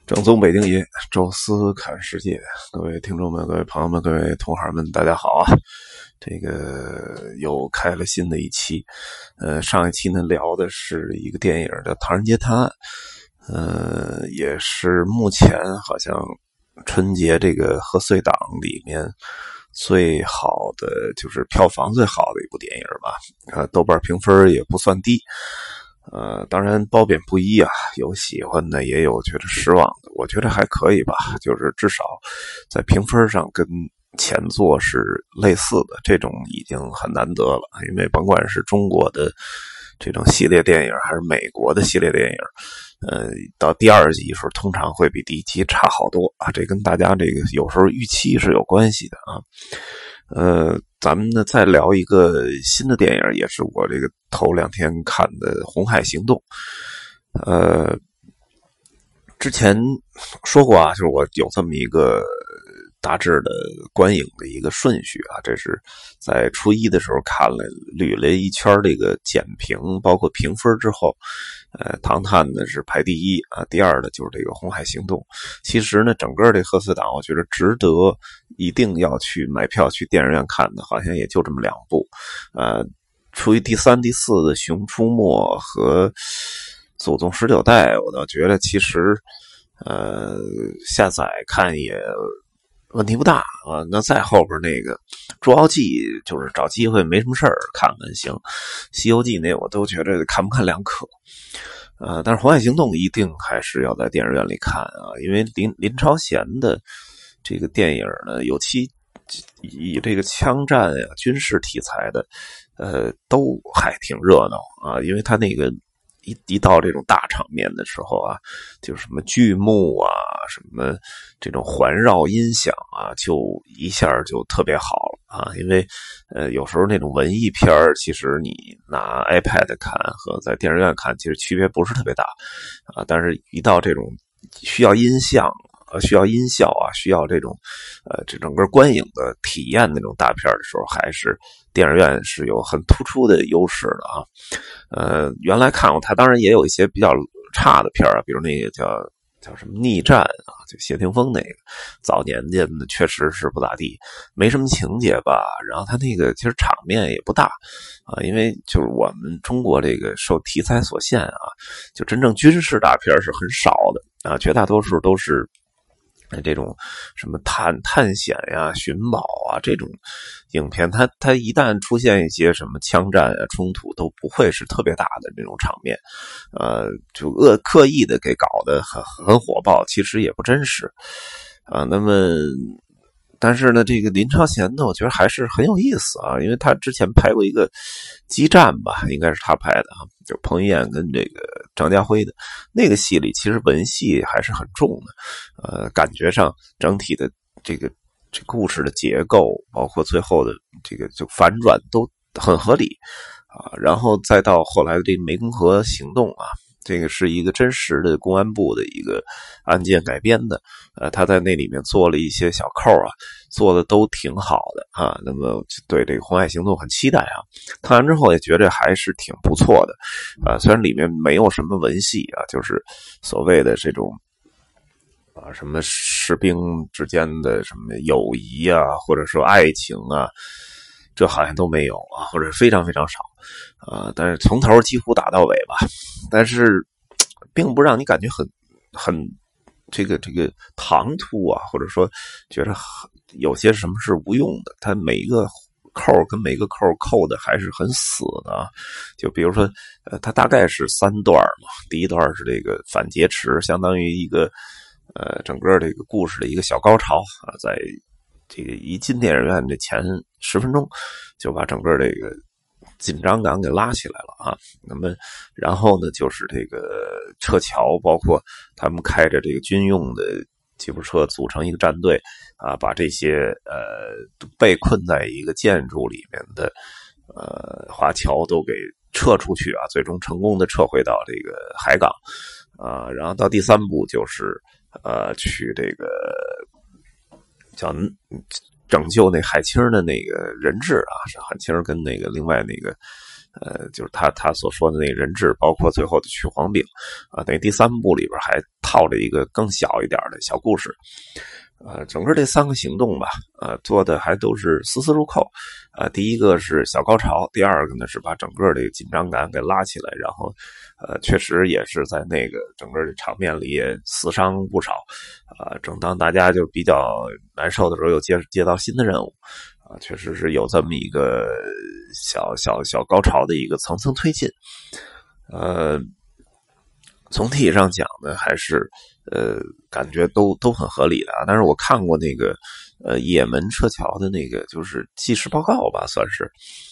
正宗北京爷，宙斯看世界。各位听众们，各位朋友们，各位同行们，大家好啊！这个又开了新的一期。上一期呢聊的是一个电影叫《唐人街探案》，也是目前好像春节这个贺岁档里面最好的，就是票房最好的一部电影吧。豆瓣评分也不算低。当然褒贬不一啊，有喜欢的，也有觉得失望的。我觉得还可以吧，就是至少在评分上跟前作是类似的，这种已经很难得了。因为甭管是中国的这种系列电影，还是美国的系列电影，到第二集的时候通常会比第一集差好多啊，这跟大家这个有时候预期是有关系的啊。咱们呢再聊一个新的电影，也是我这个头2天看的《红海行动》。之前说过啊，就是我有这么一个大致的观影的一个顺序啊，这是在初一的时候看了捋了一圈这个简评，包括评分之后，唐探呢是排第一啊，第二的就是这个《红海行动》。其实呢，整个这贺岁档，我觉得值得一定要去买票去电影院看的，好像也就这么2部。出于第3、第4的《熊出没》和《祖宗19代》，我倒觉得其实下载看也问题不大啊。那再后边那个《捉妖记》，就是找机会没什么事儿看看行。《西游记》那我都觉得看不看两可。但是《红海行动》一定还是要在电影院里看啊，因为林超贤的这个电影呢，尤其以这个枪战呀、军事题材的，都还挺热闹啊，因为他那个一到这种大场面的时候啊，就什么剧目啊，什么这种环绕音响啊，就一下就特别好了啊。因为有时候那种文艺片其实你拿 iPad 看和在电影院看其实区别不是特别大啊，但是一到这种需要音像需要音效啊，需要这种这整个观影的体验那种大片的时候，还是电影院是有很突出的优势的啊。原来看过它，当然也有一些比较差的片啊，比如那个叫什么逆战啊，就谢霆锋那个，早年间的确实是不咋地，没什么情节吧。然后他那个其实场面也不大啊，因为就是我们中国这个受题材所限啊，就真正军事大片是很少的啊，绝大多数都是这种什么探险呀、寻宝啊这种影片，它一旦出现一些什么枪战啊冲突，都不会是特别大的这种场面，就刻意的给搞得很火爆，其实也不真实啊。那么但是呢，这个林超贤呢，我觉得还是很有意思啊，因为他之前拍过一个激战吧，应该是他拍的啊，就彭于晏跟这个张家辉的那个戏里，其实文戏还是很重的，感觉上整体的这故事的结构，包括最后的这个就反转都很合理啊，然后再到后来的这个湄公河行动啊。这个是一个真实的公安部的一个案件改编的，他在那里面做了一些小扣啊，做的都挺好的啊。那么对这个《红海行动》很期待啊，看完之后也觉得还是挺不错的啊。虽然里面没有什么文戏啊，就是所谓的这种什么士兵之间的什么友谊啊，或者说爱情啊。这好像都没有啊，或者非常非常少但是从头几乎打到尾吧，但是并不让你感觉很这个唐突啊，或者说觉得有些什么是无用的，它每一个扣跟每个扣扣的还是很死的啊。就比如说它大概是3段嘛，第一段是这个反劫持，相当于一个整个这个故事的一个小高潮啊，在这个一进电影院的前10分钟就把整个这个紧张感给拉起来了啊。那么然后呢，就是这个撤侨，包括他们开着这个军用的吉普车组成一个战队啊，把这些被困在一个建筑里面的华侨都给撤出去啊，最终成功的撤回到这个海港啊。然后到第3步就是去这个叫拯救那海清的那个人质啊，是海清跟那个另外那个就是他所说的那个人质，包括最后的取黄饼啊，等于第3部里边还套着一个更小一点的小故事。整个这3个行动吧，做的还都是丝丝入扣。第一个是小高潮，第二个呢是把整个这个紧张感给拉起来，然后确实也是在那个整个的场面里也死伤不少。正当大家就比较难受的时候，又接到新的任务。确实是有这么一个小高潮的一个层层推进。总体上讲呢，还是感觉都很合理的啊。但是我看过那个也门撤侨的那个就是纪实报告吧，算是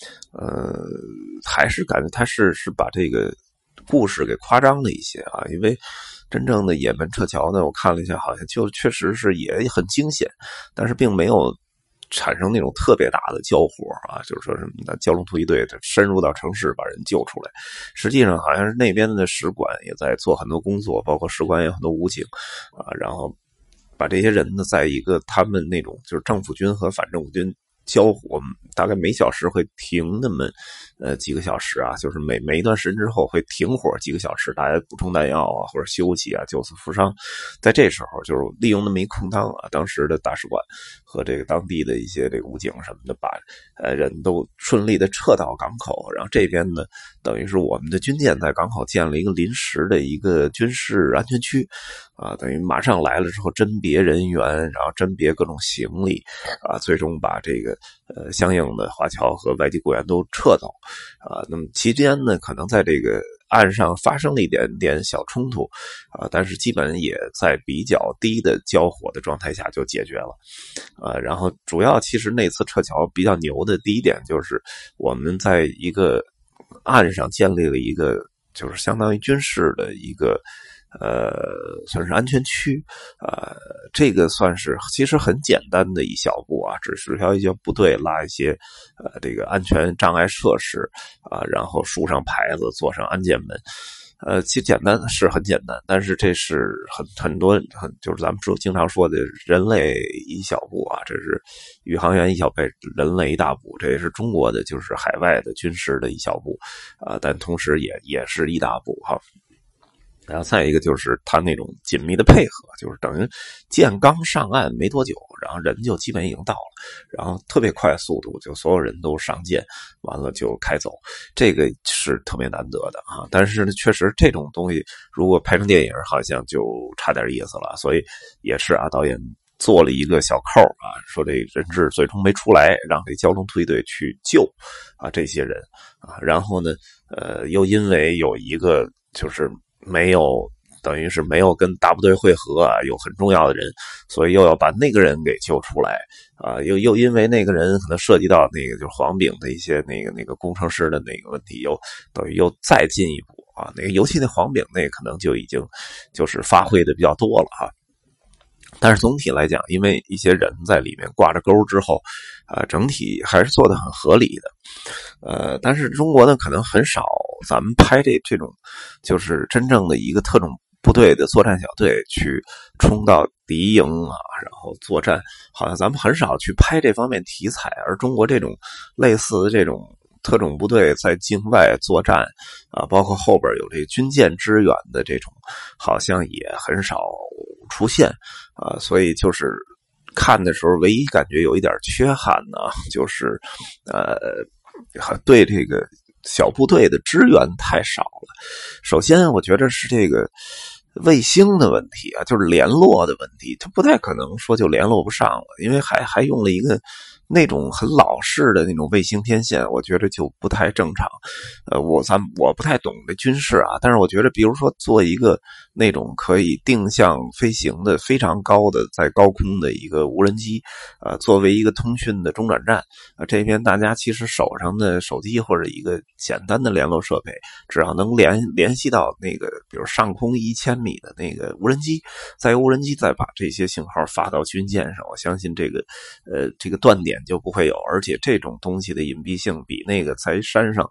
还是感觉他是把这个故事给夸张了一些啊。因为真正的也门撤侨呢，我看了一下，好像就确实是也很惊险，但是并没有产生那种特别大的交火啊，就是说什么的蛟龙突击队深入到城市把人救出来。实际上好像是那边的使馆也在做很多工作，包括使馆也有很多武警啊，然后把这些人呢在一个他们那种就是政府军和反政府军交火，大概每小时会停那么几个小时啊，就是每一段时间之后会停火几个小时，大家补充弹药啊，或者休息啊，救死扶伤。在这时候就是利用那么一空档啊，当时的大使馆和这个当地的一些这个武警什么的，把人都顺利的撤到港口。然后这边呢，等于是我们的军舰在港口建了一个临时的一个军事安全区啊，等于马上来了之后甄别人员，然后甄别各种行李啊，最终把这个相应的华侨和外籍雇员都撤走啊。那么期间呢，可能在这个岸上发生了一点点小冲突啊，但是基本也在比较低的交火的状态下就解决了然后主要其实那次撤侨比较牛的第一点就是我们在一个岸上建立了一个就是相当于军事的一个算是安全区这个算是其实很简单的一小步啊，只是要一些部队拉一些这个安全障碍设施然后竖上牌子，做上安检门。其实简单是很简单，但是这是很多就是咱们经常说的人类一小步啊，这是宇航员一小步，人类一大步，这也是中国的就是海外的军事的一小步但同时也是一大步哈。然后再一个就是他那种紧密的配合，就是等于舰刚上岸没多久，然后人就基本已经到了，然后特别快速度就所有人都上舰，完了就开走，这个是特别难得的啊。但是呢，确实这种东西如果拍成电影好像就差点意思了，所以也是导演做了一个小扣说这人质最终没出来，让这蛟龙突击队去救这些人然后呢又因为有一个就是没有等于是没有跟大部队会合有很重要的人，所以又要把那个人给救出来又因为那个人可能涉及到那个就是黄炳的一些那个工程师的那个问题，又等于又再进一步那个尤其那黄炳那可能就已经就是发挥的比较多了但是总体来讲，因为一些人在里面挂着钩之后整体还是做得很合理的但是中国呢可能很少咱们拍这种就是真正的一个特种部队的作战小队去冲到敌营然后作战，好像咱们很少去拍这方面题材，而中国这种类似的这种特种部队在境外作战包括后边有这个军舰支援的这种好像也很少出现所以就是看的时候唯一感觉有一点缺憾呢，就是对这个小部队的支援太少了。首先我觉得是这个卫星的问题就是联络的问题，它不太可能说就联络不上了，因为还用了一个那种很老式的那种卫星天线，我觉得就不太正常。我不太懂这军事但是我觉得比如说做一个那种可以定向飞行的非常高的在高空的一个无人机作为一个通讯的中转站这边大家其实手上的手机或者一个简单的联络设备，只要能联系到那个比如上空1000米的那个无人机，再由无人机再把这些信号发到军舰上，我相信这个断点就不会有，而且这种东西的隐蔽性比那个在山上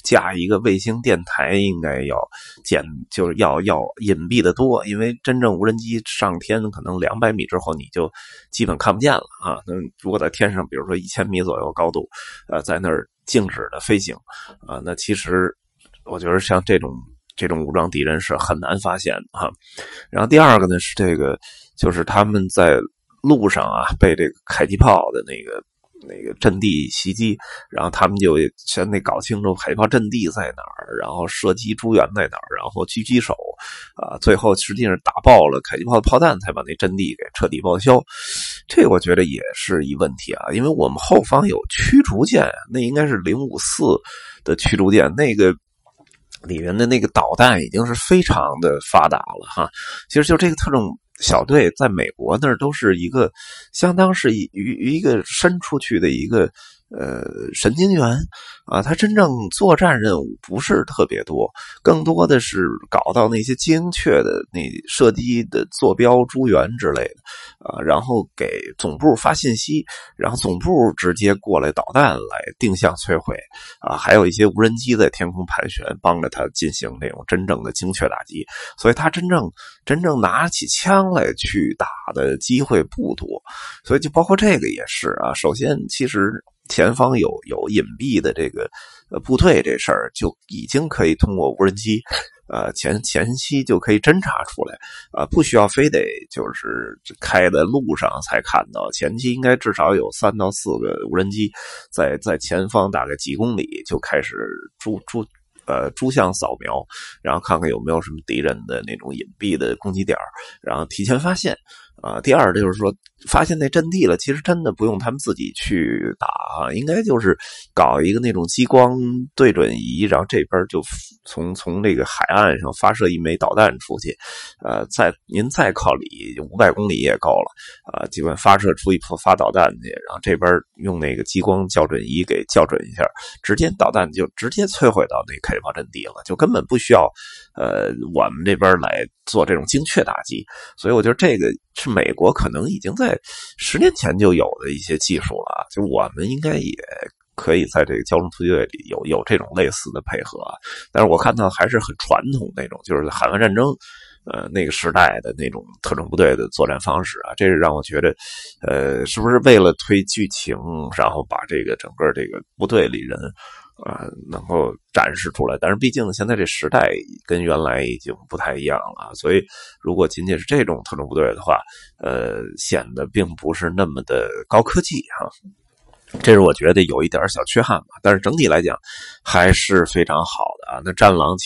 架一个卫星电台应该就是要隐蔽的多，因为真正无人机上天可能200米之后你就基本看不见了啊。那如果在天上，比如说1000米左右高度，在那儿静止的飞行啊，那其实我觉得像这种武装敌人是很难发现的哈。然后第二个呢是这个，就是他们在路上啊被这个迫击炮的那个阵地袭击，然后他们就先得搞清楚迫击炮阵地在哪儿，然后射击诸元在哪儿，然后狙击手最后实际上打爆了迫击炮的炮弹，才把那阵地给彻底报销。这个我觉得也是一问题啊，因为我们后方有驱逐舰，那应该是054的驱逐舰，那个里面的那个导弹已经是非常的发达了哈。其实就这个特种小队在美国那儿都是一个相当是一个伸出去的一个神经元啊，他真正作战任务不是特别多，更多的是搞到那些精确的那射击的坐标诸元之类的然后给总部发信息，然后总部直接过来导弹来定向摧毁还有一些无人机在天空盘旋，帮着他进行这种真正的精确打击，所以他真正拿起枪来去打的机会不多。所以就包括这个也是啊，首先其实前方有隐蔽的这个部队，这事儿就已经可以通过无人机前期就可以侦查出来不需要非得就是开在路上才看到，前期应该至少有3到4个无人机在前方大概几公里就开始诸向扫描，然后看看有没有什么敌人的那种隐蔽的攻击点，然后提前发现第二就是说发现那阵地了，其实真的不用他们自己去打应该就是搞一个那种激光对准仪，然后这边就从这个海岸上发射一枚导弹出去您再靠里500公里也够了基本发射出一发发导弹去，然后这边用那个激光校准仪给校准一下，直接导弹就直接摧毁到那个迫击炮阵地了，就根本不需要我们这边来做这种精确打击。所以我觉得这个是美国可能已经在10年前就有的一些技术了就我们应该也可以在这个交通突击队里有这种类似的配合但是我看到还是很传统那种，就是海湾战争那个时代的那种特种部队的作战方式这是让我觉得是不是为了推剧情，然后把这个整个这个部队里人能够展示出来，但是毕竟现在这时代跟原来已经不太一样了，所以如果仅仅是这种特种部队的话显得并不是那么的高科技这是我觉得有一点小缺憾吧，但是整体来讲还是非常好的那战狼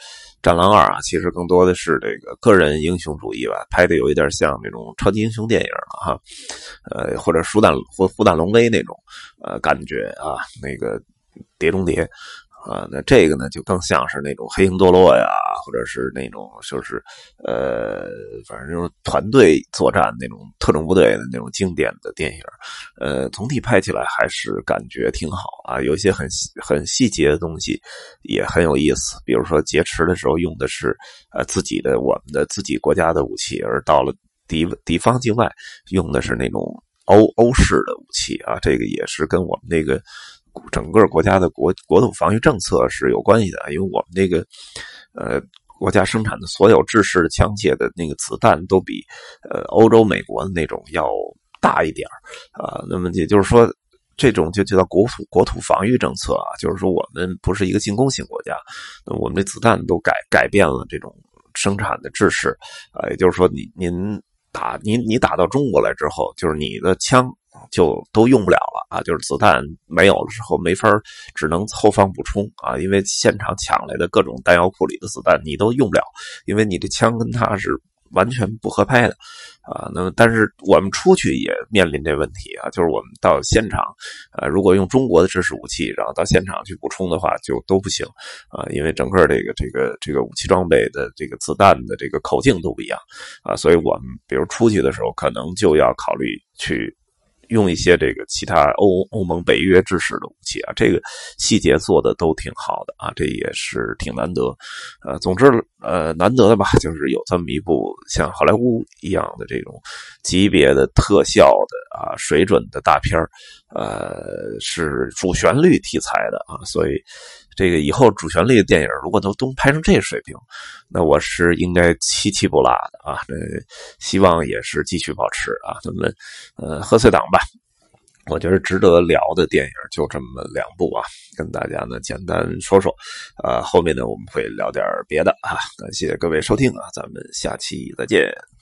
2其实更多的是这个个人英雄主义吧，拍的有一点像那种超级英雄电影了或者虎胆龙威那种感觉那个碟中谍那这个呢就更像是那种黑鹰堕落呀，或者是那种就是反正那种团队作战那种特种部队的那种经典的电影总体拍起来还是感觉挺好有一些很细节的东西也很有意思，比如说劫持的时候用的是我们的自己国家的武器，而到了敌方境外用的是那种欧式的武器这个也是跟我们那个整个国家的国土防御政策是有关系的，因为我们这个国家生产的所有制式的枪械的那个子弹都比欧洲美国的那种要大一点那么也就是说这种就叫国土防御政策就是说我们不是一个进攻型国家，那我们这子弹都改变了这种生产的制式也就是说你打到中国来之后，就是你的枪就都用不了了就是子弹没有了之后没法，只能后方补充因为现场抢来的各种弹药库里的子弹你都用不了，因为你这枪跟它是完全不合拍的那么但是我们出去也面临这问题就是我们到现场如果用中国的制式武器，然后到现场去补充的话就都不行因为整个这个武器装备的这个子弹的这个口径都不一样所以我们比如出去的时候可能就要考虑去用一些这个其他欧盟北约制式的武器这个细节做的都挺好的这也是挺难得总之难得的吧，就是有这么一部像好莱坞一样的这种级别的特效的水准的大片是主旋律题材的所以这个以后主旋律的电影如果都拍成这水平，那我是应该七七不落的啊。希望也是继续保持啊。咱们贺岁档吧，我觉得值得聊的电影就这么2部啊，跟大家呢简单说说。后面呢我们会聊点别的啊。感谢各位收听啊，咱们下期再见。